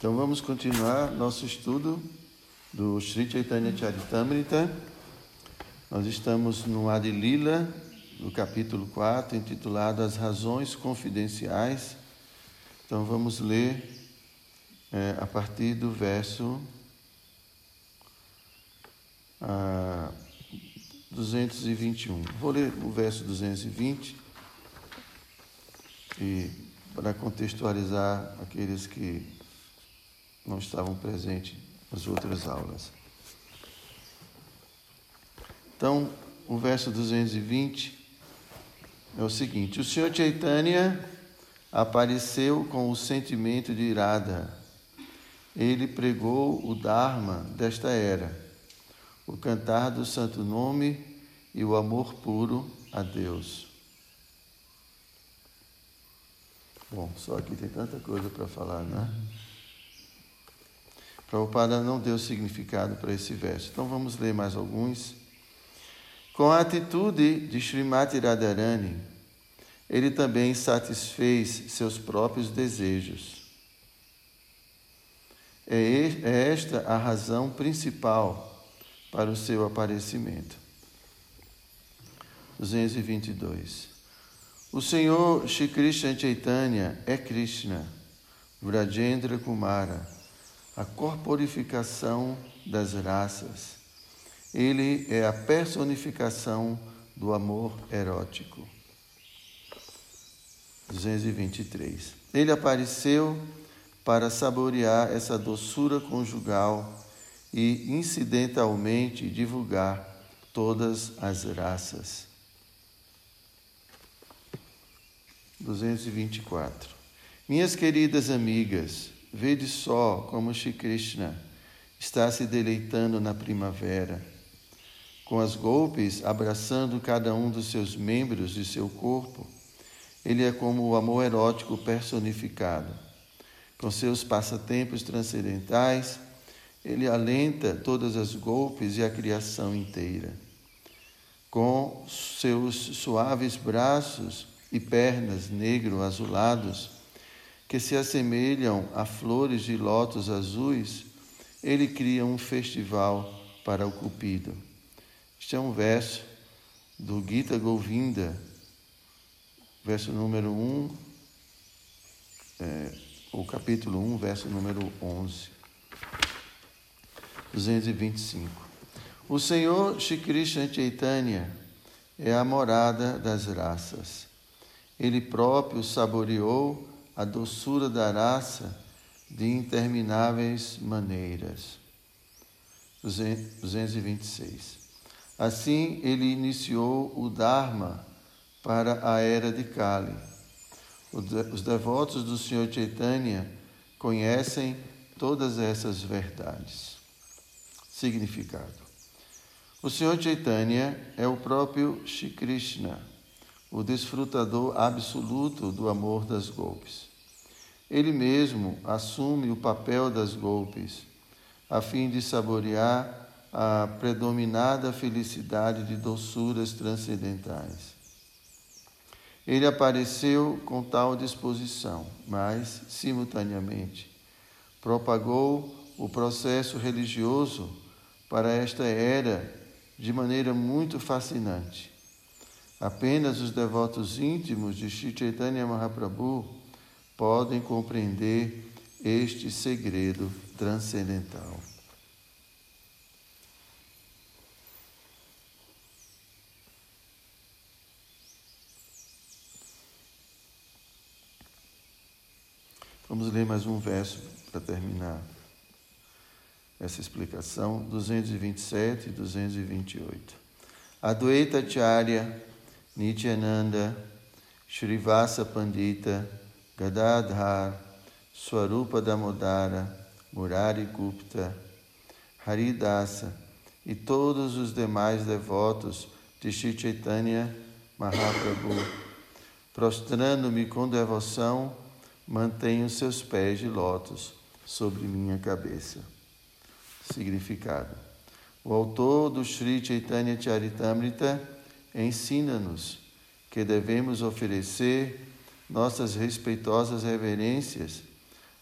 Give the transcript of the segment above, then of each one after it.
Então vamos continuar nosso estudo do Sri Chaitanya Charitamrita. Nós estamos no Adi Lila, no capítulo 4, intitulado As Razões Confidenciais. Então vamos ler a partir do verso 221. Vou ler o verso 220 e para contextualizar aqueles que não estavam presentes nas outras aulas. Então, o verso 220 é o seguinte: o Senhor Chaitanya apareceu com o sentimento de Radha. Ele pregou o Dharma desta era, o cantar do santo nome e o amor puro a Deus. Bom, só aqui tem tanta coisa para falar, né? Prabhupada não deu significado para esse verso. Então vamos ler mais alguns. Com a atitude de Srimati Radharani, ele também satisfez seus próprios desejos. É esta a razão principal para o seu aparecimento. 222. O Senhor Shri Krishna Chaitanya é Krishna, Vrajendra Kumara, a corporificação das raças. Ele é a personificação do amor erótico. 223. Ele apareceu para saborear essa doçura conjugal e incidentalmente divulgar todas as raças. 224. Minhas queridas amigas, vede só como Shri Krishna está se deleitando na primavera, com as golpes abraçando cada um dos seus membros de seu corpo. Ele é como o amor erótico personificado. Com seus passatempos transcendentais, ele alenta todas as golpes e a criação inteira. Com seus suaves braços e pernas negro-azulados, que se assemelham a flores de lótus azuis, ele cria um festival para o Cupido. Este é um verso do Gita Govinda, verso número 1, o capítulo 1, verso número 11. 225. O Senhor Shri Krishna Chaitanya é a morada das raças. Ele próprio saboreou a doçura da raça de intermináveis maneiras. 226. Assim, ele iniciou o Dharma para a era de Kali. Os devotos do Senhor Chaitanya conhecem todas essas verdades. Significado. O Senhor Chaitanya é o próprio Shri Krishna, o desfrutador absoluto do amor das golpes. Ele mesmo assume o papel das golpes, a fim de saborear a predominada felicidade de doçuras transcendentais. Ele apareceu com tal disposição, mas, simultaneamente, propagou o processo religioso para esta era de maneira muito fascinante. Apenas os devotos íntimos de Shri Chaitanya Mahaprabhu podem compreender este segredo transcendental. Vamos ler mais um verso para terminar essa explicação, 227 e 228. Advaita Acharya Nityananda, Shrivasa Pandita, Gadadhar, Swarupa Damodara, Murari Gupta, Haridasa e todos os demais devotos de Shri Chaitanya Mahaprabhu, prostrando-me com devoção, mantenho seus pés de lótus sobre minha cabeça. Significado. O autor do Sri Chaitanya Charitamrita ensina-nos que devemos oferecer nossas respeitosas reverências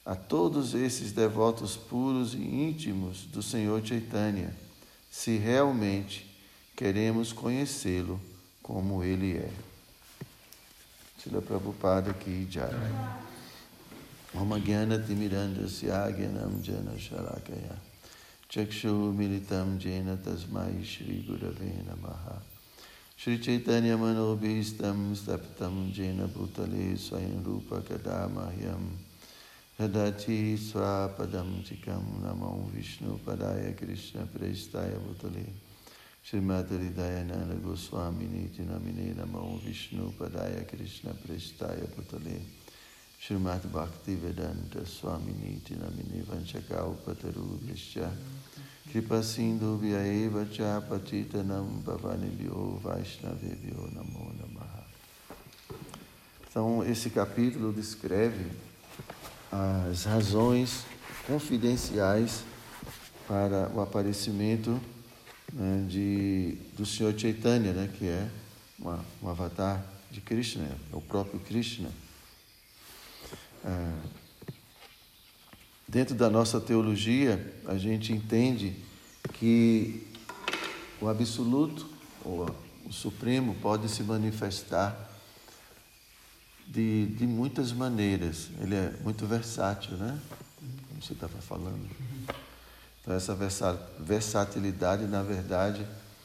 a todos esses devotos puros e íntimos do Senhor Chaitanya, se realmente queremos conhecê-lo como ele é. Srila Prabhupada Ki Jai. Om Jnana Timirandasya Jnanam Jana Shalakaya Chakshu Militam Jena Tasmai Shri Gurave Namaha. Shri Chaitanya Manobhistam Staptam Jena Bhutale Swayam Rupa Kadamahyam Radati Swapadam Chikam Namo Vishnu Padaya Krishna Prestaya Bhutale Srimati Hridayananda Goswamini Tinamine Namo Vishnu Padaya Krishna Prestaya Bhutale Srimati Bhaktivedanta Swamini Tinamine Vanchakaupatarubhyascha Kripa Sindhu Vyaeva Cha Patitanam Pavanibhyo Vaishnavebhyo Namo Namaha. Então, esse capítulo descreve as razões confidenciais para o aparecimento, né, do Senhor Chaitanya, né, que é um avatar de Krishna, é o próprio Krishna. Dentro da nossa teologia, a gente entende que o Absoluto, ou o Supremo, pode se manifestar de muitas maneiras. Ele é muito versátil, né? Como você estava falando. Então, essa versatilidade, na verdade,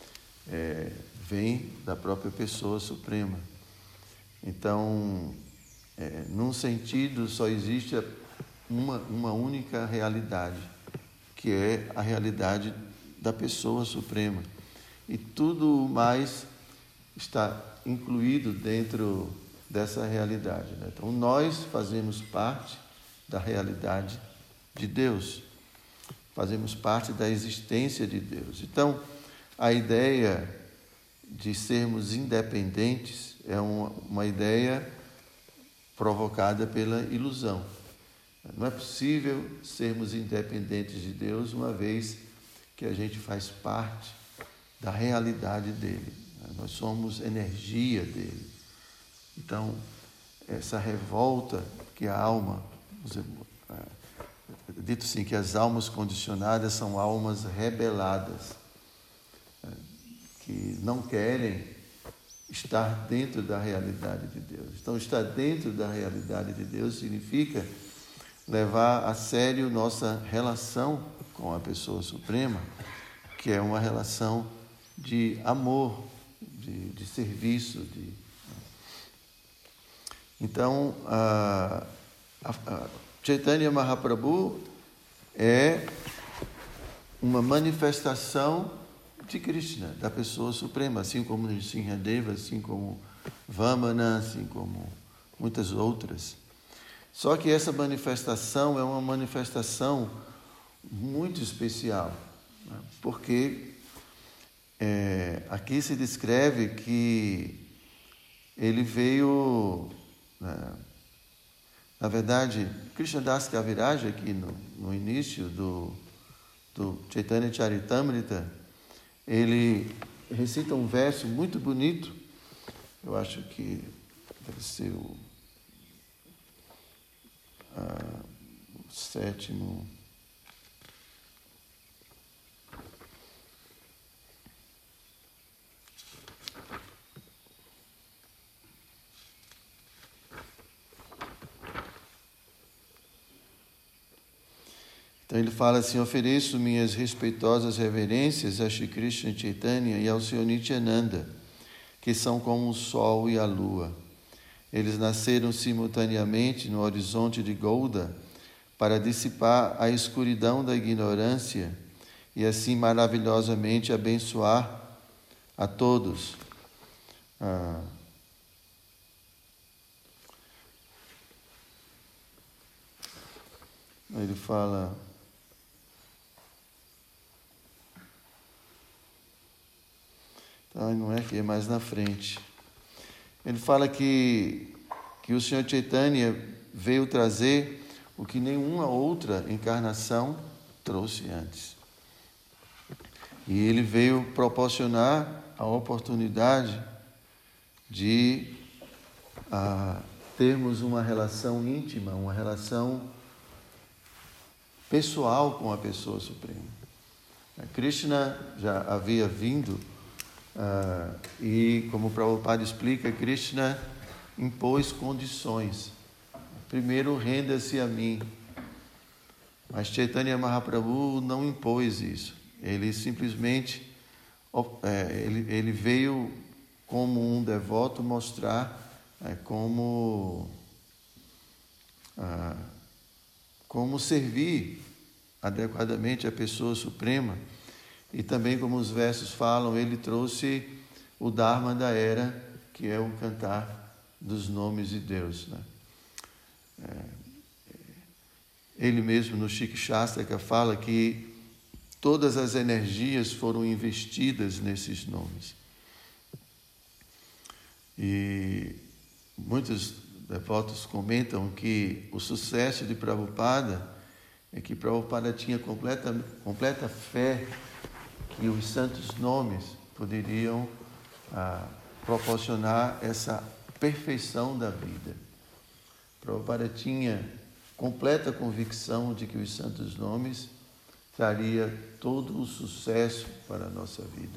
vem da própria pessoa suprema. Então, num sentido, só existe uma única realidade, que é a realidade da pessoa suprema. E tudo mais está incluído dentro dessa realidade, né? Então, nós fazemos parte da realidade de Deus, fazemos parte da existência de Deus. Então, a ideia de sermos independentes é uma ideia provocada pela ilusão. Não é possível sermos independentes de Deus, uma vez que a gente faz parte da realidade dele. Nós somos energia dele. Então, essa revolta que a alma, dito assim, que as almas condicionadas são almas rebeladas, que não querem estar dentro da realidade de Deus. Então, estar dentro da realidade de Deus significa levar a sério nossa relação com a pessoa suprema, que é uma relação de amor, de serviço. Então, Chaitanya Mahaprabhu é uma manifestação de Krishna, da pessoa suprema, assim como Nrsimhadeva, assim como Vamana, assim como muitas outras. Só que essa manifestação é uma manifestação muito especial, né? Porque aqui se descreve que ele veio, né? Na verdade, Krishnadas Kaviraja, aqui no início do Chaitanya Charitamrita, ele recita um verso muito bonito, eu acho que deve ser o 7º. Então ele fala assim: ofereço minhas respeitosas reverências a Shri Krishna Chaitanya e ao Senhor Nityananda, que são como o sol e a lua. Eles nasceram simultaneamente no horizonte de Gouda para dissipar a escuridão da ignorância e assim maravilhosamente abençoar a todos. Ele fala... não é aqui, é mais na frente. Ele fala que o Senhor Chaitanya veio trazer o que nenhuma outra encarnação trouxe antes. E ele veio proporcionar a oportunidade de termos uma relação íntima, uma relação pessoal com a pessoa suprema. Krishna já havia vindo e, como o Prabhupada explica, Krishna impôs condições. Primeiro, renda-se a mim. Mas Chaitanya Mahaprabhu não impôs isso. Ele simplesmente ele veio como um devoto mostrar como servir adequadamente a pessoa suprema. E também, como os versos falam, ele trouxe o Dharma da era, que é o cantar dos nomes de Deus, né? Ele mesmo no Shikshastra fala que todas as energias foram investidas nesses nomes. E muitos devotos comentam que o sucesso de Prabhupada é que Prabhupada tinha completa fé que os santos nomes poderiam proporcionar essa perfeição da vida. Prabhupada tinha completa convicção de que os santos nomes traria todo o sucesso para a nossa vida.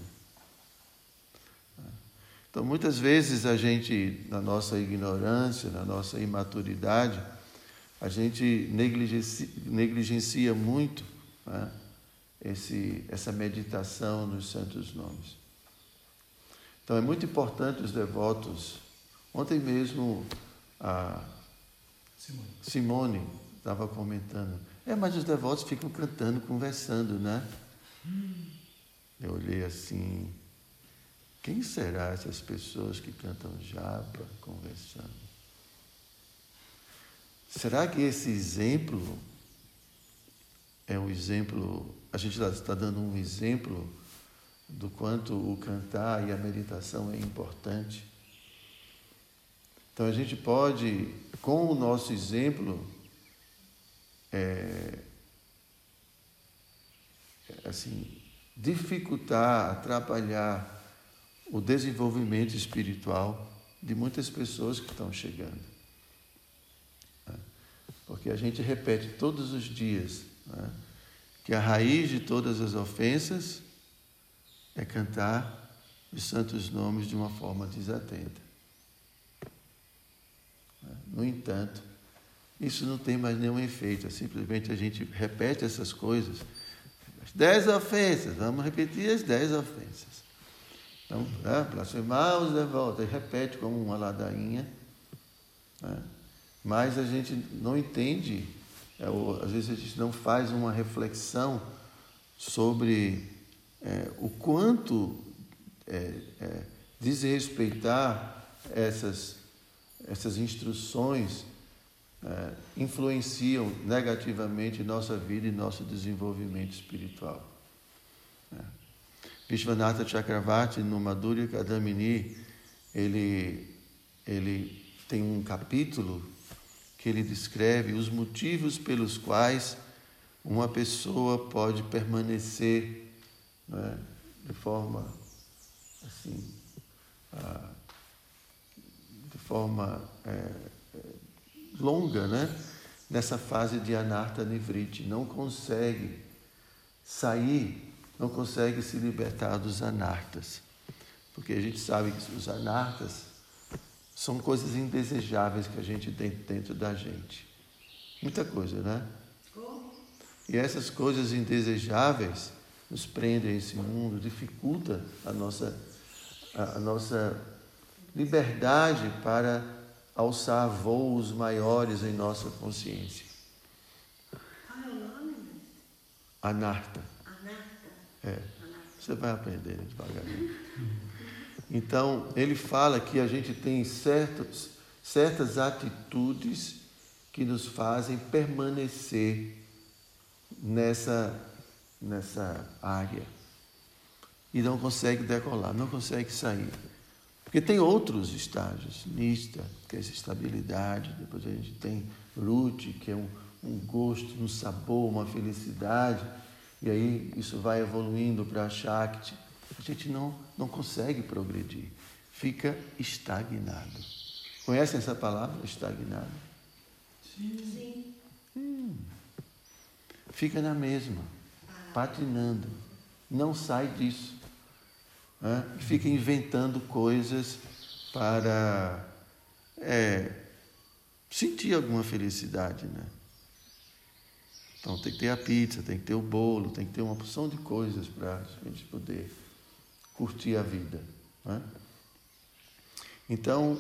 Então, muitas vezes a gente, na nossa ignorância, na nossa imaturidade, a gente negligencia muito, né, essa meditação nos santos nomes. Então, é muito importante os devotos. Ontem mesmo a Simone estava comentando, mas os devotos ficam cantando, conversando, né? Eu olhei assim, quem será essas pessoas que cantam japa, conversando? Será que esse exemplo é um exemplo, a gente está dando um exemplo do quanto o cantar e a meditação é importante? Então a gente pode, com o nosso exemplo, dificultar, atrapalhar o desenvolvimento espiritual de muitas pessoas que estão chegando. Porque a gente repete todos os dias, né, que a raiz de todas as ofensas é cantar os santos nomes de uma forma desatenta. No entanto, isso não tem mais nenhum efeito, simplesmente a gente repete essas coisas. As 10 ofensas, vamos repetir as 10 ofensas. Então, blasfemar os devotos, repete como uma ladainha, né? Mas a gente não entende, às vezes a gente não faz uma reflexão sobre o quanto desrespeitar essas instruções influenciam negativamente nossa vida e nosso desenvolvimento espiritual. Vishwanatha Chakravarti, no Madhurya Kadamini, ele tem um capítulo que ele descreve os motivos pelos quais uma pessoa pode permanecer, né, de forma longa, né, nessa fase de anartha nivriti, não consegue sair, não consegue se libertar dos anartas, porque a gente sabe que os anartas são coisas indesejáveis que a gente tem dentro da gente, muita coisa, né? E essas coisas indesejáveis nos prendem a esse mundo, dificulta a nossa liberdade para alçar voos maiores em nossa consciência. Qual é o nome? Anartha. Você vai aprender devagarinho. Então, ele fala que a gente tem certas atitudes que nos fazem permanecer nessa área. E não consegue decolar, não consegue sair. Porque tem outros estágios. Nista, que é essa estabilidade. Depois a gente tem Ruti, que é um gosto, um sabor, uma felicidade. E aí isso vai evoluindo para a Shakti. A gente não consegue progredir. Fica estagnado. Conhecem essa palavra, estagnado? Sim. fica na mesma, patinando, não sai disso. Né? Fica inventando coisas para sentir alguma felicidade, né? Então tem que ter a pizza, tem que ter o bolo, tem que ter uma porção de coisas para a gente poder curtir a vida, né? Então,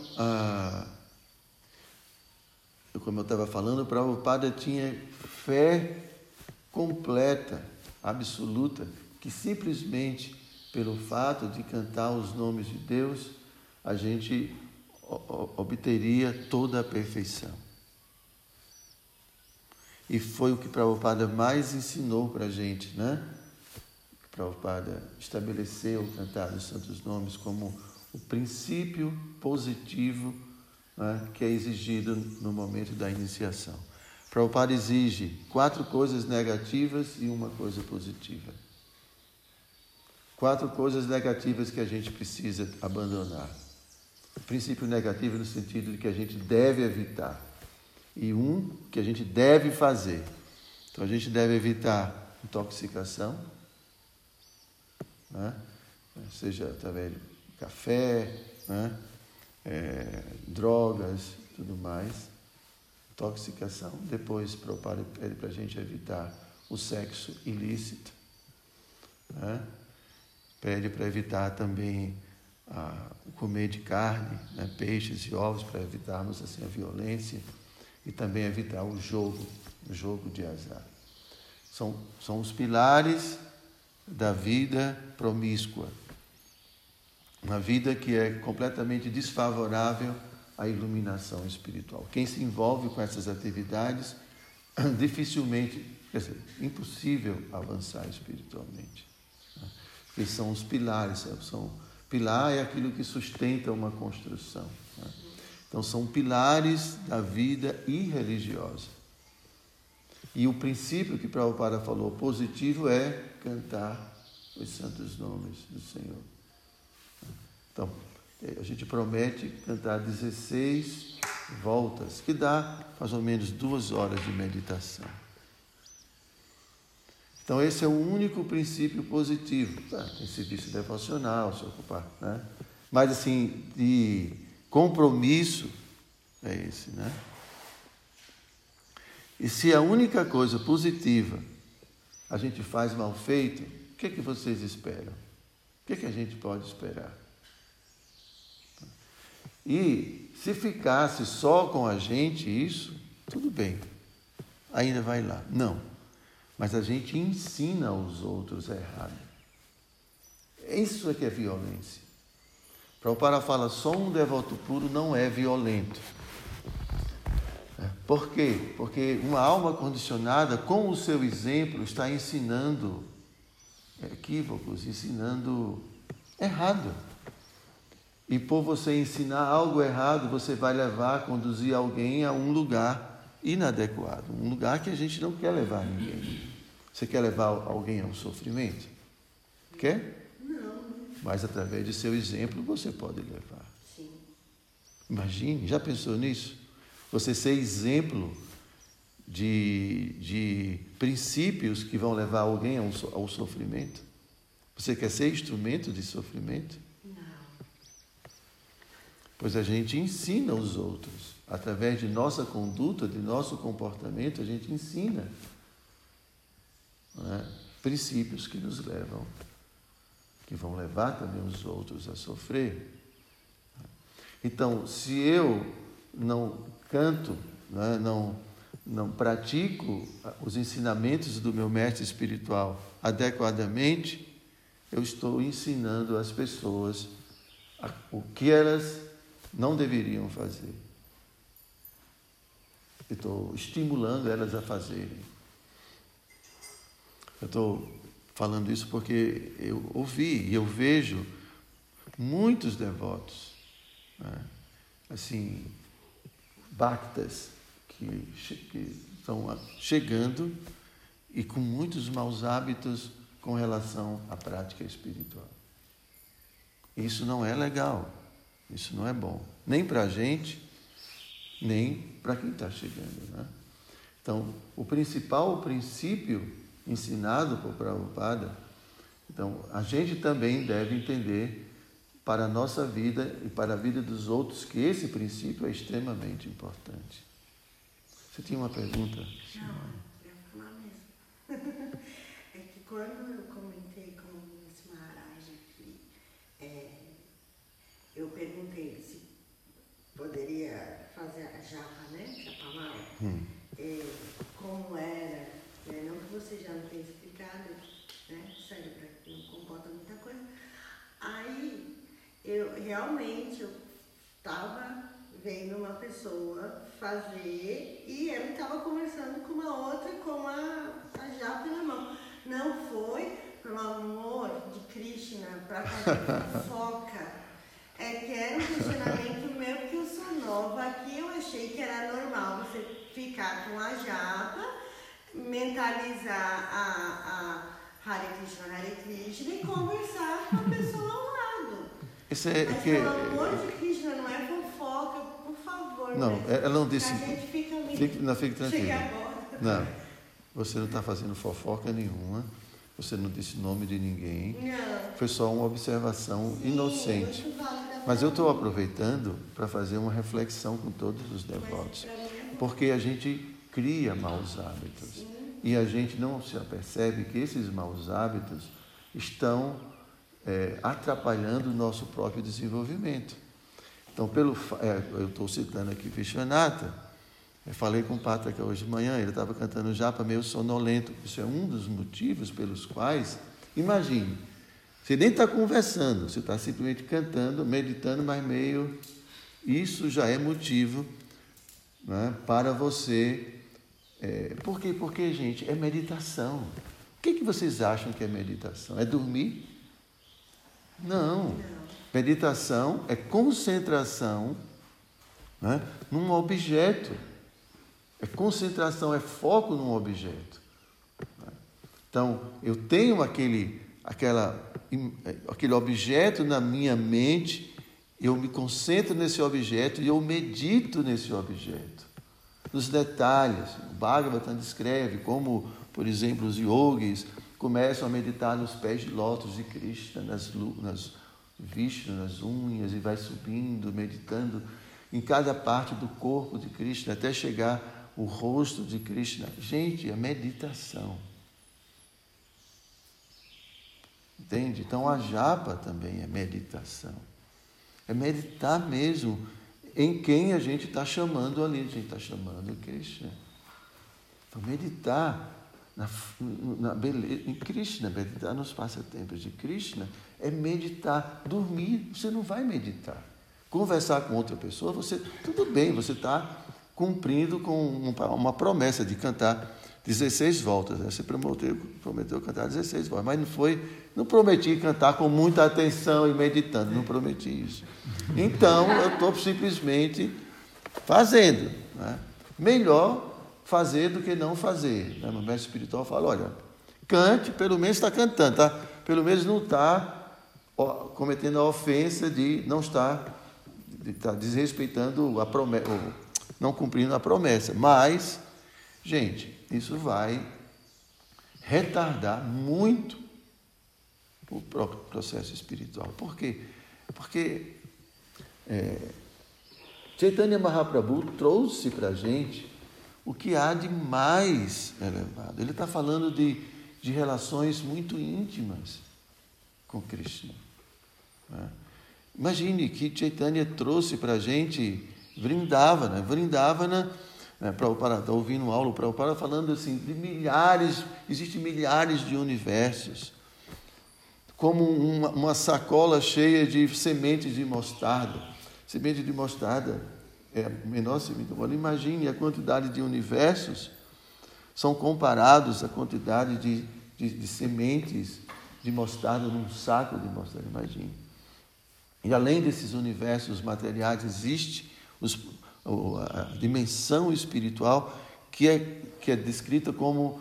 como eu estava falando, o Prabhupada tinha fé completa, absoluta, que simplesmente pelo fato de cantar os nomes de Deus, a gente obteria toda a perfeição. E foi o que Prabhupada mais ensinou para a gente, né? Prabhupada estabeleceu o cantar os santos nomes como o princípio positivo, né, que é exigido no momento da iniciação. Prabhupada exige 4 coisas negativas e uma coisa positiva. 4 coisas negativas que a gente precisa abandonar. O princípio negativo no sentido de que a gente deve evitar. E um que a gente deve fazer. Então a gente deve evitar intoxicação, né? Seja através de café, né? Drogas, tudo mais. Intoxicação. Depois Prabhupada pede para a gente evitar o sexo ilícito, né? Pede para evitar também o comer de carne, né? Peixes e ovos, para evitarmos assim a violência. E também evitar o jogo de azar. São os pilares da vida promíscua. Uma vida que é completamente desfavorável à iluminação espiritual. Quem se envolve com essas atividades, dificilmente, quer dizer, impossível avançar espiritualmente. Porque são os pilares. Pilar é aquilo que sustenta uma construção, né? Então, são pilares da vida irreligiosa. E o princípio que Prabhupada falou positivo é cantar os santos nomes do Senhor. Então, a gente promete cantar 16 voltas, que dá mais ou menos 2 horas de meditação. Então, esse é o único princípio positivo. Tem serviço devocional, se ocupar, né? Mas, assim, de compromisso é esse, né? E se a única coisa positiva a gente faz mal feito, o que é que vocês esperam? O que é que a gente pode esperar? E se ficasse só com a gente isso, tudo bem, ainda vai lá. Não, mas a gente ensina aos outros errado. Isso é que é violência. Prabhupada fala, só um devoto puro não é violento. Por quê? Porque uma alma condicionada, com o seu exemplo, está ensinando equívocos, ensinando errado. E por você ensinar algo errado, você vai conduzir alguém a um lugar inadequado, um lugar que a gente não quer levar ninguém. Você quer levar alguém ao sofrimento? Quer? Não. Mas através de seu exemplo você pode levar. Sim. Imagine, já pensou nisso? Você ser exemplo de princípios que vão levar alguém ao sofrimento? Você quer ser instrumento de sofrimento? Não. Pois a gente ensina os outros. Através de nossa conduta, de nosso comportamento, a gente ensina, não é? Princípios que nos levam, que vão levar também os outros a sofrer. Então, se eu não canto, né, não pratico os ensinamentos do meu mestre espiritual adequadamente, eu estou ensinando as pessoas o que elas não deveriam fazer. Eu estou estimulando elas a fazerem. Eu estou falando isso porque eu ouvi e eu vejo muitos devotos, né, assim, bhaktas, que estão chegando e com muitos maus hábitos com relação à prática espiritual. Isso não é legal, isso não é bom, nem para a gente, nem para quem está chegando, né? Então, o princípio ensinado por Prabhupada, então, a gente também deve entender para a nossa vida e para a vida dos outros que esse princípio é extremamente importante. Você tinha uma pergunta? Não, eu ia falar mesmo. É que quando eu comentei com o Miss Maharaj aqui, eu perguntei se poderia fazer a japa, né? Japamala. Como era, não que você já não tenha explicado, né? Sério, para que não comporta muita coisa. Aí, eu estava vendo uma pessoa fazer e eu estava conversando com uma outra com a japa na mão. Não foi pelo amor de Krishna para fazer fofoca. É que era um questionamento meu, porque eu sou nova aqui, eu achei que era normal você ficar com a japa, mentalizar a Hare Krishna e conversar com a pessoa ao lado. Mas pelo amor de Krishna, não é fofoca, por favor. Não, ela não disse. A gente fica fique tranquila. agora. Não, você não está fazendo fofoca nenhuma. Você não disse nome de ninguém. Não. Foi só uma observação inocente. Mas eu estou aproveitando para fazer uma reflexão com todos os devotos. Porque a gente cria maus hábitos. E a gente não se apercebe que esses maus hábitos estão atrapalhando o nosso próprio desenvolvimento. Então, eu estou citando aqui Vishwanatha. Eu falei com o Patraka hoje de manhã, ele estava cantando japa meio sonolento. Isso é um dos motivos pelos quais, imagine, você nem está conversando, você está simplesmente cantando, meditando, mas meio... Isso já é motivo, né, para você... Por quê? Porque, gente, é meditação. O que vocês acham que é meditação? É dormir? Não. Meditação é concentração, né, num objeto. É concentração, é foco num objeto. Então, eu tenho aquele objeto na minha mente, eu me concentro nesse objeto e eu medito nesse objeto. Nos detalhes, o Bhagavatam descreve como, por exemplo, os yogis começam a meditar nos pés de lótus de Krishna, nas Vishnu, nas unhas, e vai subindo, meditando em cada parte do corpo de Krishna, até chegar o rosto de Krishna. Gente, é meditação. Entende? Então, a japa também é meditação. É meditar mesmo em quem a gente está chamando ali. A gente está chamando Krishna. Então, meditar na beleza, em Krishna, meditar nos passatempos de Krishna, é meditar. Dormir, você não vai meditar. Conversar com outra pessoa, tudo bem, você está cumprindo com uma promessa de cantar 16 voltas. Né? Você prometeu cantar 16 voltas, mas não prometi cantar com muita atenção e meditando, não prometi isso. Então, eu estou simplesmente fazendo. Né? Melhor fazer do que não fazer. Né? O mestre espiritual fala, olha, cante, pelo menos está cantando, tá? Pelo menos não está cometendo a ofensa de não estar desrespeitando a promessa, não cumprindo a promessa. Mas, gente, isso vai retardar muito o próprio processo espiritual. Por quê? Porque Chaitanya Mahaprabhu trouxe para a gente o que há de mais elevado. Ele está falando de relações muito íntimas com Krishna. Né? Imagine que Chaitanya trouxe para a gente Vrindavana. Vrindavana, Prabhupada está ouvindo aula, o Prabhupada falando assim, existem milhares de universos, como uma sacola cheia de sementes de mostarda. Semente de mostarda é a menor semente. Imagine a quantidade de universos são comparados à quantidade de sementes de mostarda num saco de mostarda, imagine. E além desses universos materiais, existe a dimensão espiritual que é descrita como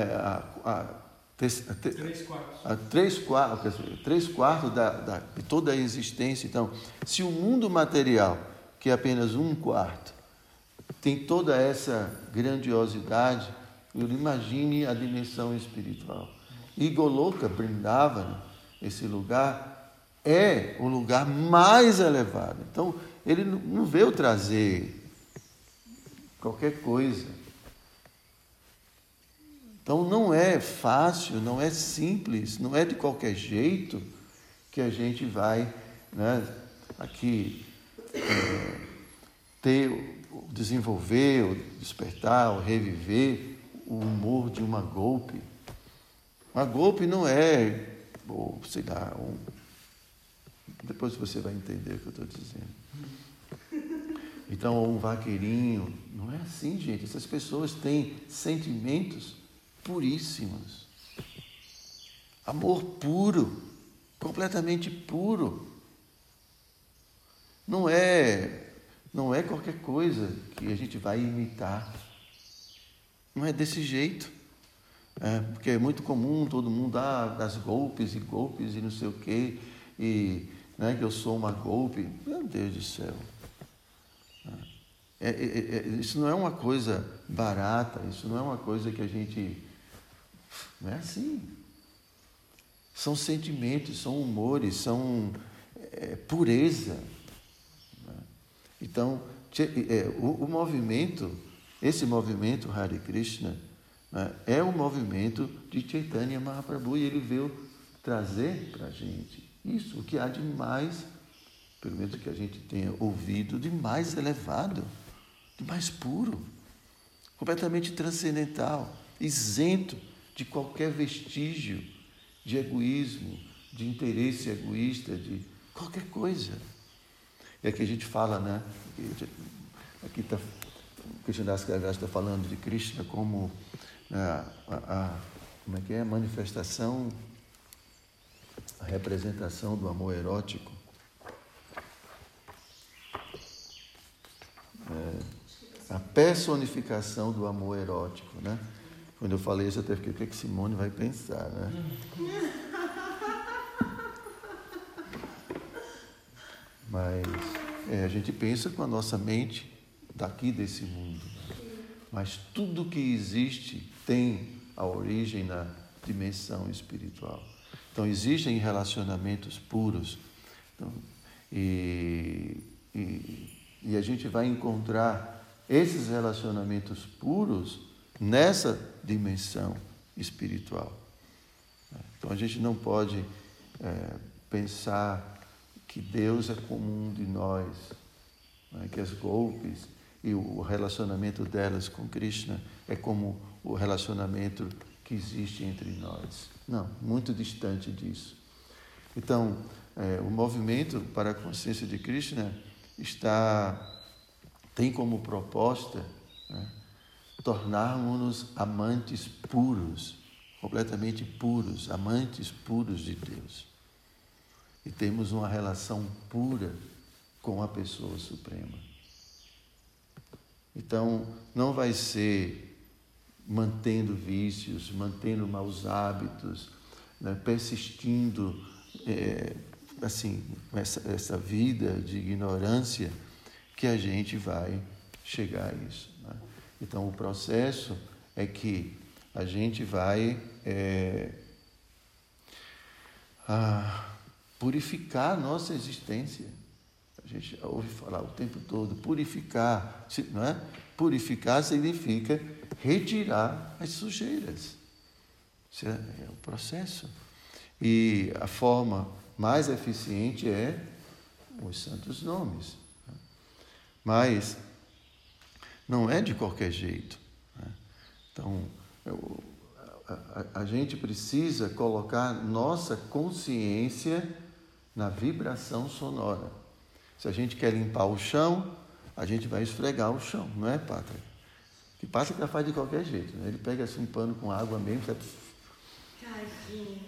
três quartos de toda a existência. Então, se o mundo material, que é apenas 1/4, tem toda essa grandiosidade, imagine a dimensão espiritual. E Goloka, Vrindavana, esse lugar, é o lugar mais elevado. Então, ele não veio trazer qualquer coisa. Então, não é fácil, não é simples, não é de qualquer jeito que a gente vai, né, aqui desenvolver, ou despertar, ou reviver o humor de uma golpe. Uma golpe não é, ou sei lá, depois você vai entender o que eu estou dizendo. Então, um vaqueirinho, não é assim, gente. Essas pessoas têm sentimentos puríssimos. Amor puro, completamente puro. Não é qualquer coisa que a gente vai imitar. Não é desse jeito. Porque é muito comum todo mundo dar as golpes e não sei o quê, e né, que eu sou uma golpe. Meu Deus do céu. Isso não é uma coisa barata, isso não é uma coisa que a gente... Não é assim. São sentimentos, são humores, são pureza. Então, o movimento, esse movimento Hare Krishna, é um movimento de Chaitanya Mahaprabhu, e ele veio trazer para a gente isso, o que há de mais, pelo menos que a gente tenha ouvido, de mais elevado, de mais puro, completamente transcendental, isento de qualquer vestígio de egoísmo, de interesse egoísta, de qualquer coisa. E aqui a gente fala, né? Aqui está Krishnadas Kaviraj está falando de Krishna como como é que é? A manifestação, a representação do amor erótico. A personificação do amor erótico, né? Quando eu falei isso, eu até fiquei, o que Simone vai pensar, né? Mas a gente pensa com a nossa mente daqui desse mundo. Mas tudo que existe tem a origem na dimensão espiritual. Então, existem relacionamentos puros. Então, e a gente vai encontrar esses relacionamentos puros nessa dimensão espiritual. Então, a gente não pode pensar que Deus é comum de nós, né? Que as golpes e o relacionamento delas com Krishna é como o relacionamento que existe entre nós. Não, muito distante disso. Então, o movimento para a consciência de Krishna tem como proposta, né, tornarmos-nos amantes puros, completamente puros, amantes puros de Deus. E temos uma relação pura com a pessoa suprema. Então, não vai ser mantendo vícios, mantendo maus hábitos, né, persistindo essa vida de ignorância que a gente vai chegar a isso, né? Então, o processo é que a gente vai purificar a nossa existência. A gente ouve falar o tempo todo, purificar, não é? Purificar significa retirar as sujeiras. Isso é o processo. E a forma mais eficiente é os santos nomes. Mas não é de qualquer jeito. Então, a gente precisa colocar nossa consciência na vibração sonora. Se a gente quer limpar o chão, a gente vai esfregar o chão, não é, Pátria? Que Pátria já faz de qualquer jeito, né? Ele pega assim um pano com água mesmo, sabe? Tadinho.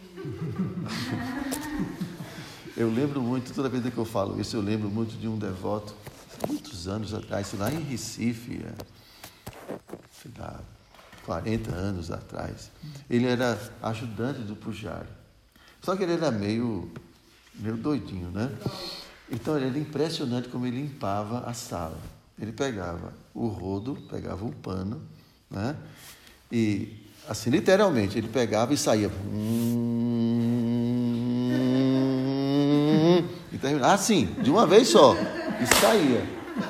Eu lembro muito, toda vez que eu falo isso, eu lembro muito de um devoto, muitos anos atrás, lá em Recife, sei lá, 40 anos atrás. Ele era ajudante do Pujari. Só que ele era meio doidinho, né? Então, era impressionante como ele limpava a sala. ele pegava o rodo, pegava o pano, né? E, assim, literalmente, ele pegava e saía. E terminava assim, de uma vez só. E saía.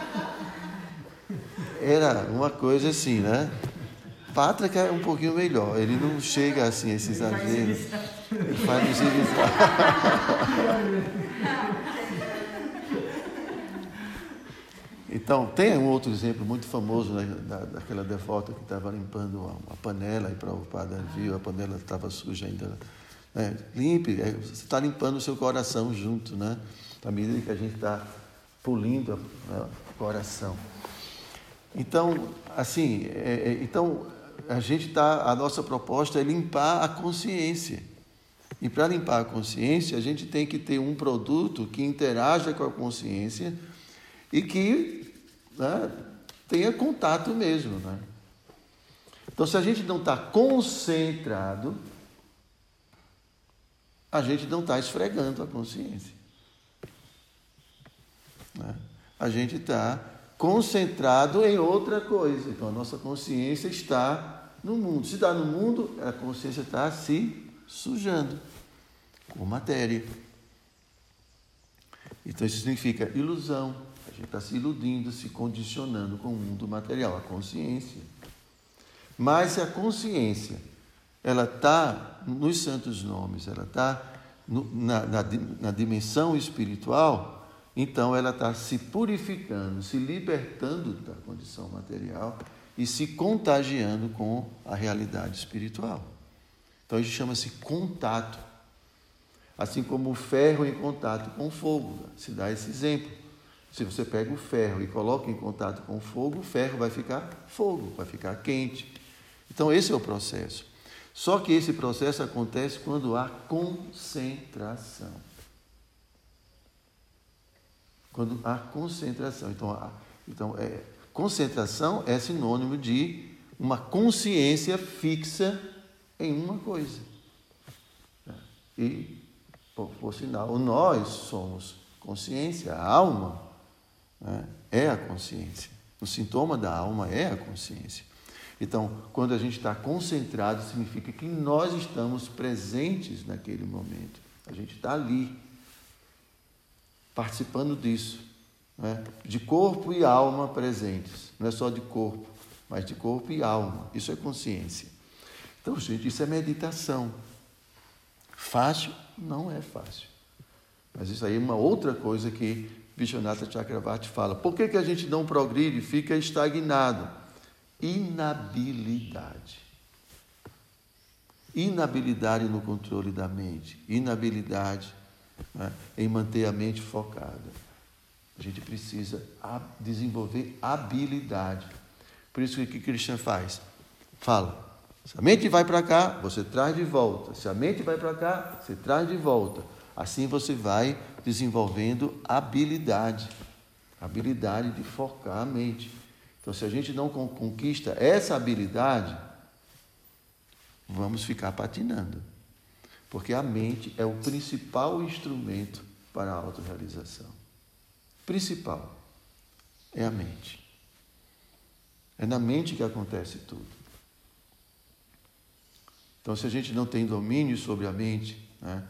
Era uma coisa assim, né? Pátrica é um pouquinho melhor. Ele não chega assim, a esse exagero. Ele faz no Então, tem um outro exemplo muito famoso, né, daquela devota que estava limpando uma panela, e para o padre viu, a panela estava suja ainda. Né? Limpe, você está limpando o seu coração junto, né? À medida que a gente está polindo o coração. Então, assim, a nossa proposta é limpar a consciência. E para limpar a consciência, a gente tem que ter um produto que interaja com a consciência e que, né, tenha contato mesmo. Né? Então, se a gente não está concentrado, a gente não está esfregando a consciência. Né? A gente está concentrado em outra coisa. Então, a nossa consciência está no mundo. Se está no mundo, a consciência está se sujando com matéria. Então, isso significa ilusão. A gente está se iludindo, se condicionando com o mundo material, a consciência. Mas se a consciência ela está nos santos nomes, ela está na dimensão espiritual, então ela está se purificando, se libertando da condição material e se contagiando com a realidade espiritual. Então isso chama-se contato. Assim como o ferro em contato com o fogo. Se dá esse exemplo. Se você pega o ferro e coloca em contato com o fogo, o ferro vai ficar fogo, vai ficar quente. Então esse é o processo. Só que esse processo acontece quando há concentração. Quando há concentração. Concentração é sinônimo de uma consciência fixa em uma coisa. E, por sinal, nós somos consciência, a alma, né, é a consciência. O sintoma da alma é a consciência. Então, quando a gente está concentrado, significa que nós estamos presentes naquele momento. A gente está ali, participando disso, né? De corpo e alma presentes. Não é só de corpo, mas de corpo e alma. Isso é consciência. Então, gente, isso é meditação. Fácil? Não é fácil. Mas isso aí é uma outra coisa que Vishwanatha Chakravarti fala. Por que a gente não progride e fica estagnado? Inabilidade. Inabilidade no controle da mente. Inabilidade, né, em manter a mente focada. A gente precisa desenvolver habilidade. Por isso que Krishna faz? Fala. Se a mente vai para cá, você traz de volta. Se a mente vai para cá, você traz de volta. Assim você vai desenvolvendo habilidade. Habilidade de focar a mente. Então, se a gente não conquista essa habilidade, vamos ficar patinando. Porque a mente é o principal instrumento para a autorrealização. Principal é a mente. É na mente que acontece tudo. Então, se a gente não tem domínio sobre a mente, né,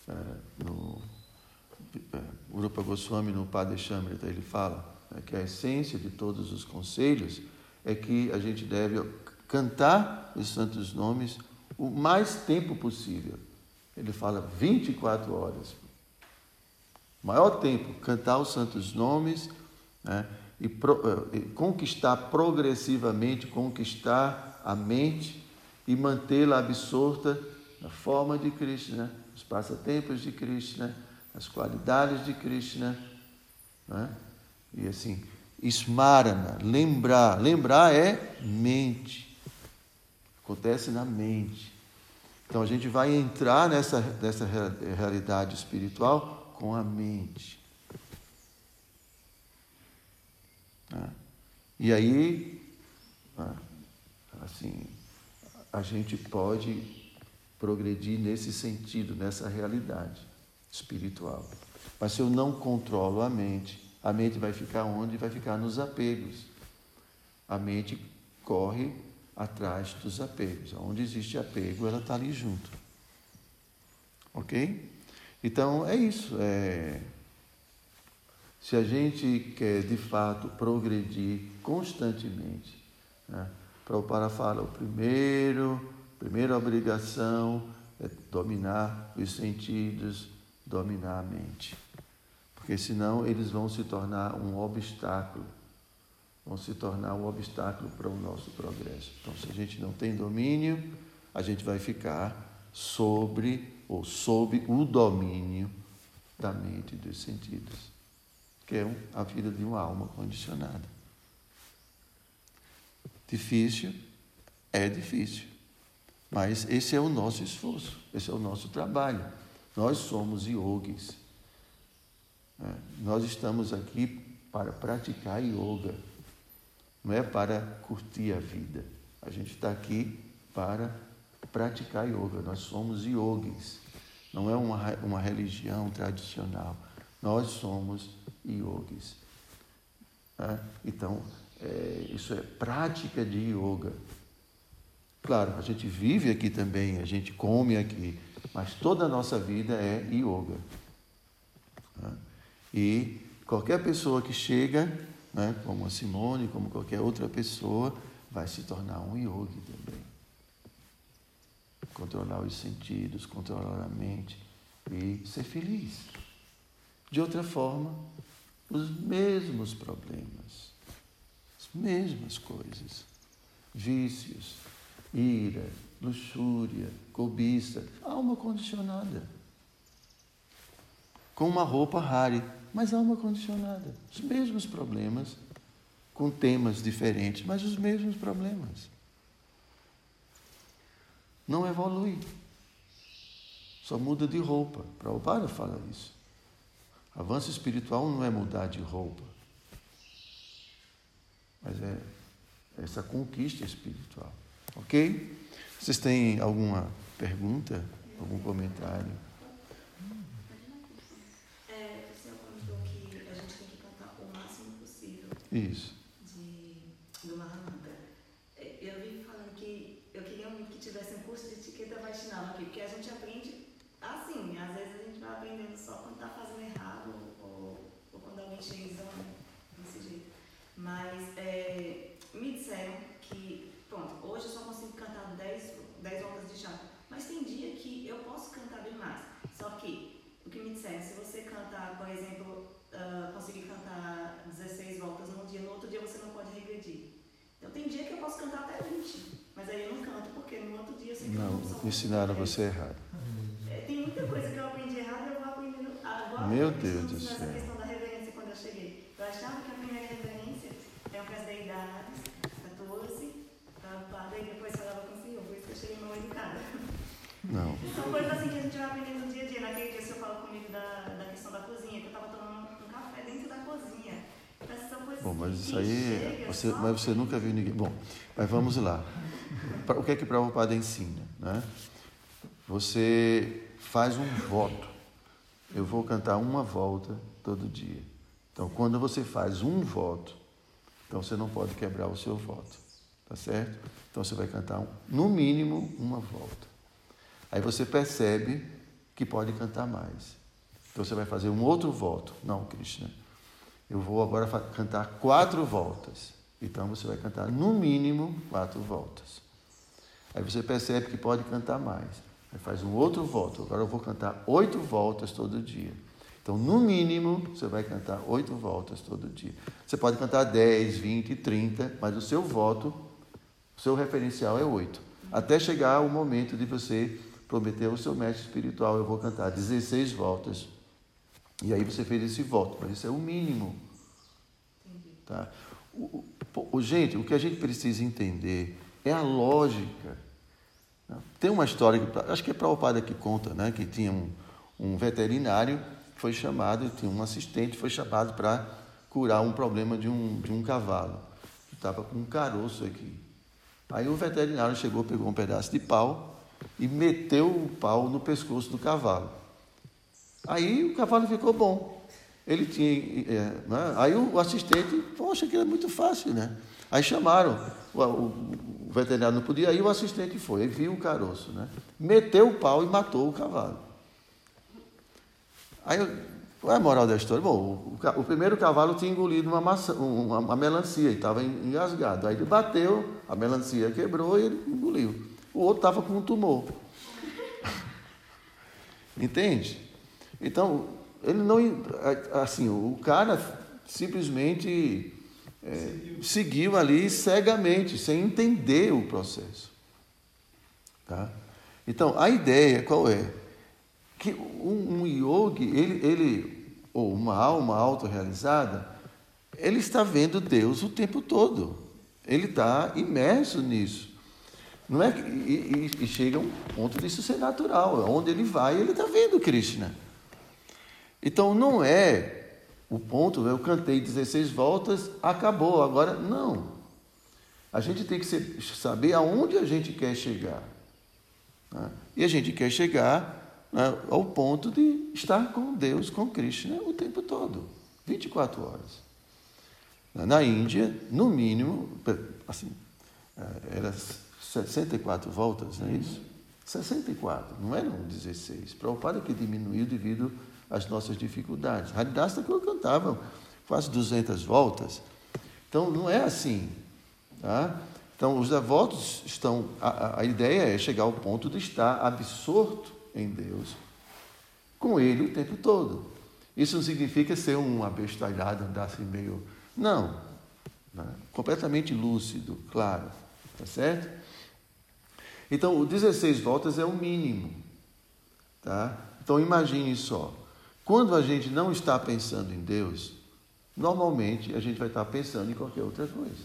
o Rupa Goswami, no Padeshamrita, ele fala, né, que a essência de todos os conselhos é que a gente deve cantar os santos nomes o mais tempo possível. Ele fala 24 horas. O maior tempo, cantar os santos nomes, né, e conquistar progressivamente, conquistar a mente e mantê-la absorta na forma de Krishna, os passatempos de Krishna, as qualidades de Krishna, né? E assim, Smarana, lembrar. Lembrar é mente. Acontece na mente. Então a gente vai entrar nessa realidade espiritual com a mente. Né? E aí, assim, a gente pode progredir nesse sentido, nessa realidade espiritual. Mas se eu não controlo a mente A mente vai ficar onde? Vai ficar nos apegos. A mente corre atrás dos apegos. Onde existe apego, ela está ali junto. Ok? Então, é isso. Se a gente quer, de fato, progredir constantemente, né? Prabhupada fala, primeira obrigação é dominar os sentidos, dominar a mente. Porque senão eles vão se tornar um obstáculo. Vão se tornar um obstáculo para o nosso progresso. Então, se a gente não tem domínio, a gente vai ficar sob o domínio da mente e dos sentidos, que é a vida de uma alma condicionada. Difícil? É difícil. Mas esse é o nosso esforço, esse é o nosso trabalho. Nós somos yogis. Nós estamos aqui para praticar yoga. Não é para curtir a vida. A gente está aqui para praticar yoga. Nós somos yogis. Não é uma religião tradicional. Nós somos yogis. Então, isso é prática de yoga. Claro, a gente vive aqui também, a gente come aqui, mas toda a nossa vida é yoga. E qualquer pessoa que chega, né, como a Simone, como qualquer outra pessoa, vai se tornar um yogi também. Controlar os sentidos, controlar a mente e ser feliz. De outra forma, os mesmos problemas, as mesmas coisas, vícios, ira, luxúria, cobiça, alma condicionada. Com uma roupa rara, mas alma condicionada. Os mesmos problemas, com temas diferentes, mas os mesmos problemas. Não evolui. Só muda de roupa. Prabhupada fala isso. Avanço espiritual não é mudar de roupa, mas é essa conquista espiritual. Ok? Vocês têm alguma pergunta? Algum comentário? O senhor comentou que a gente tem que cantar o máximo possível. Isso. Do Mahamantra. Eu vim falando que eu queria muito que tivesse um curso de etiqueta Vaishnava aqui, porque a gente aprende assim, às vezes a gente vai aprendendo só quando está fazendo errado ou quando alguém chega e zona, desse jeito. Mas me disseram que, pronto, hoje eu só consigo cantar 10 ondas de chakra, mas tem dia que eu posso cantar bem mais. Só que, o que me disseram, se você cantar, por exemplo, conseguir cantar 16 voltas num dia, no outro dia você não pode regredir. Então tem dia que eu posso cantar até 20, mas aí eu não canto, porque no outro dia eu sei que não ensinaram você errado. Tem muita coisa que eu aprendi errado e eu vou aprendendo agora. Meu Deus do nessa céu. questão da reverência quando eu cheguei. Eu achava que a primeira reverência era para as deidades, 14, Prabhupada, e depois falava com o Senhor, por isso que eu cheguei mal educada. Não. São coisas assim que a gente vai aprendendo no dia a dia. Naquele dia, se eu falo comigo da questão da cozinha, que eu estava tomando um café dentro da cozinha. Essas são coisas. Bom, mas isso aí, você nunca viu ninguém. Bom, mas vamos lá. O que é que Prabhupada ensina, né? Você faz um voto. Eu vou cantar uma volta todo dia. Então, quando você faz um voto, então você não pode quebrar o seu voto, tá certo? Então você vai cantar no mínimo uma volta. Aí você percebe que pode cantar mais. Então você vai fazer um outro voto. Não, Krishna, eu vou agora cantar 4 voltas. Então você vai cantar no mínimo 4 voltas. Aí você percebe que pode cantar mais. Aí faz um outro voto. Agora eu vou cantar 8 voltas todo dia. Então, no mínimo, você vai cantar 8 voltas todo dia. Você pode cantar 10, 20, 30, mas o seu voto, o seu referencial é 8. Até chegar o momento de você prometer ao seu mestre espiritual, eu vou cantar 16 voltas. E aí você fez esse voto, mas isso é o mínimo. Tá? Gente, o que a gente precisa entender é a lógica. Tem uma história, acho que é Prabhupada que conta, né? Que tinha um veterinário que foi chamado, tinha um assistente, foi chamado para curar um problema de um cavalo, que estava com um caroço aqui. Aí o veterinário chegou, pegou um pedaço de pau e meteu o pau no pescoço do cavalo. Aí o cavalo ficou bom. Ele tinha... né? Aí o assistente, poxa, aquilo é muito fácil, né? Aí chamaram, o veterinário não podia, aí o assistente foi, ele viu o caroço, né? Meteu o pau e matou o cavalo. Aí, qual é a moral da história? Bom, o primeiro cavalo tinha engolido uma melancia e estava engasgado. Aí ele bateu, a melancia quebrou e ele engoliu. O outro estava com um tumor. Entende? Então, ele não... Assim, o cara simplesmente seguiu ali cegamente, sem entender o processo. Tá? Então, a ideia qual é? Que um yogi, ou uma alma autorrealizada, ele está vendo Deus o tempo todo. Ele está imerso nisso. Não é, e chega a um ponto disso ser natural. Onde ele vai, ele está vendo Krishna. Então, não é o ponto, eu cantei 16 voltas, acabou, agora não. A gente tem que saber aonde a gente quer chegar. Né? E a gente quer chegar ao ponto de estar com Deus, com Krishna, o tempo todo, 24 horas. Na Índia, no mínimo, assim, era 64 voltas, não é isso? 64, não eram 16. Prabhupada que diminuiu devido às nossas dificuldades. Haridasa que eu cantava quase 200 voltas. Então, não é assim. Tá? Então, os devotos estão... A ideia é chegar ao ponto de estar absorto em Deus, com Ele o tempo todo. Isso não significa ser um abestalhado, andar assim meio... Não. Completamente lúcido, claro. Tá certo? Então, o 16 voltas é o mínimo. Tá? Então, imagine só. Quando a gente não está pensando em Deus, normalmente a gente vai estar pensando em qualquer outra coisa.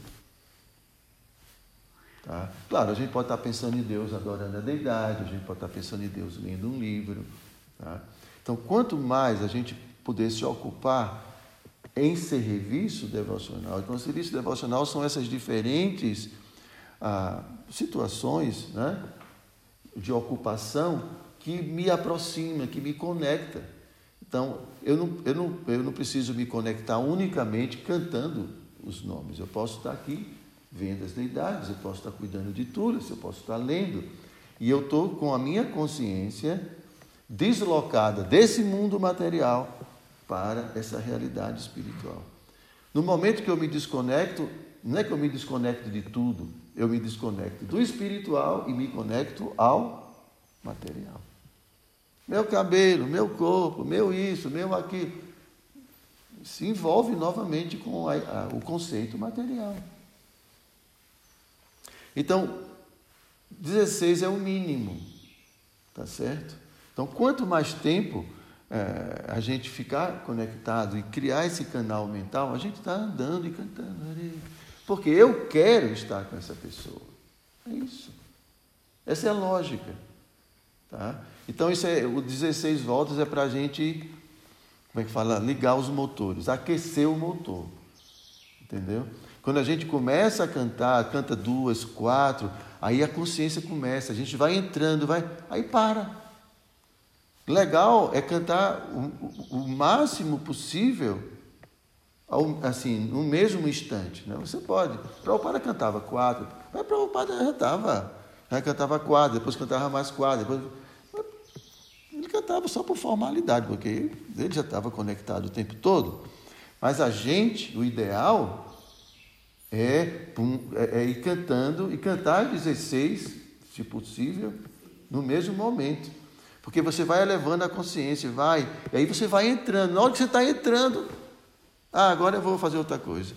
Tá? Claro, a gente pode estar pensando em Deus adorando a deidade, a gente pode estar pensando em Deus lendo um livro. Tá? Então, quanto mais a gente puder se ocupar em serviço devocional, então o serviço devocional são essas diferentes situações, né, de ocupação que me aproxima, que me conecta. Então, eu não preciso me conectar unicamente cantando os nomes. Eu posso estar aqui vendo as deidades, eu posso estar cuidando de tulas, eu posso estar lendo. E eu estou com a minha consciência deslocada desse mundo material para essa realidade espiritual. No momento que eu me desconecto, não é que eu me desconecto de tudo, eu me desconecto do espiritual e me conecto ao material. Meu cabelo, meu corpo, meu isso, meu aquilo, se envolve novamente com o conceito material. Então, 16 é o mínimo, tá certo? Então, quanto mais tempo a gente ficar conectado e criar esse canal mental, a gente está andando e cantando. Porque eu quero estar com essa pessoa. É isso. Essa é a lógica. Tá? Então, o 16 voltas é para a gente, como é que fala? Ligar os motores, aquecer o motor. Entendeu? Quando a gente começa a cantar, canta 2, 4, aí a consciência começa, a gente vai entrando, aí para. Legal é cantar o máximo possível, assim, no mesmo instante. Né? Você pode. Prabhupada cantava 4, mas Prabhupada já cantava 4, depois cantava mais 4, depois... Ele cantava só por formalidade, porque ele já estava conectado o tempo todo. Mas a gente, o ideal é ir cantando, e cantar 16, se possível, no mesmo momento. Porque você vai elevando a consciência, e aí você vai entrando. Na hora que você está entrando, agora eu vou fazer outra coisa.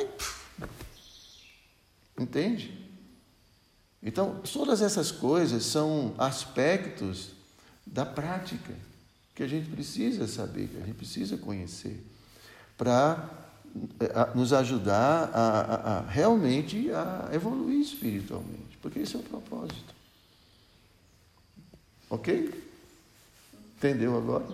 Entende? Então, todas essas coisas são aspectos da prática que a gente precisa saber, que a gente precisa conhecer, para nos ajudar a realmente a evoluir espiritualmente, porque esse é o propósito. Ok? Entendeu agora?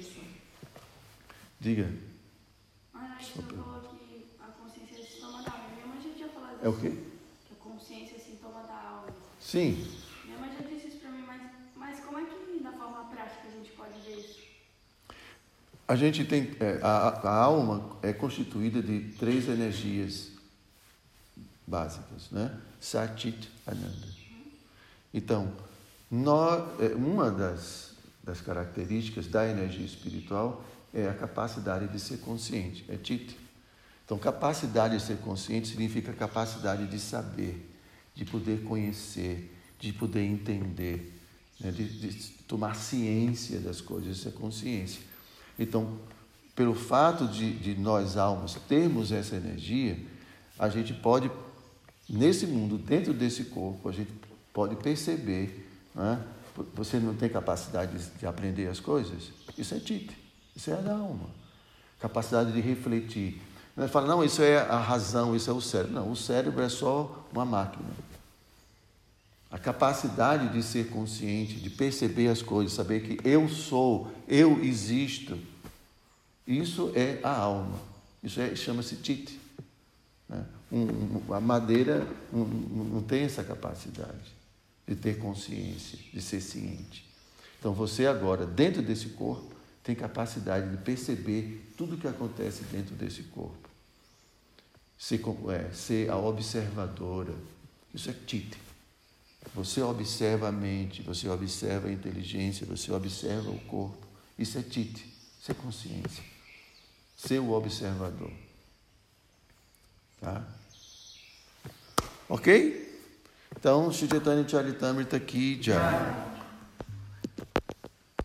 Diga. Acho que você falou que a consciência é sintoma da alma. Minha mãe já tinha falado isso. É o quê? Que a consciência é sintoma da alma. Sim. Minha mãe já disse isso para mim, mas como é que na forma prática a gente pode ver isso? A gente tem a alma é constituída de 3 energias básicas, né? Sat, Chit, Ananda. Então, uma das características da energia espiritual é a capacidade de ser consciente, é Chit. Então, capacidade de ser consciente significa capacidade de saber, de poder conhecer, de poder entender, né? de tomar ciência das coisas, isso é consciência. Então, pelo fato de nós almas termos essa energia, a gente pode, nesse mundo, dentro desse corpo, a gente pode perceber, né? Você não tem capacidade de aprender as coisas? Isso é Chit, isso é a alma. Capacidade de refletir. Nós falamos, não, isso é a razão, isso é o cérebro. Não, o cérebro é só uma máquina. A capacidade de ser consciente, de perceber as coisas, saber que eu sou, eu existo, isso é a alma. Isso chama-se Chit. Né? A madeira não tem essa capacidade de ter consciência, de ser ciente. Então você agora, dentro desse corpo, tem capacidade de perceber tudo o que acontece dentro desse corpo. Ser a observadora. Isso é Chit. Você observa a mente, você observa a inteligência, você observa o corpo. Isso é Chit, isso é consciência. Ser o observador. Tá? Ok? Então, Shri Chaitanya Charitamrita Ki Jai.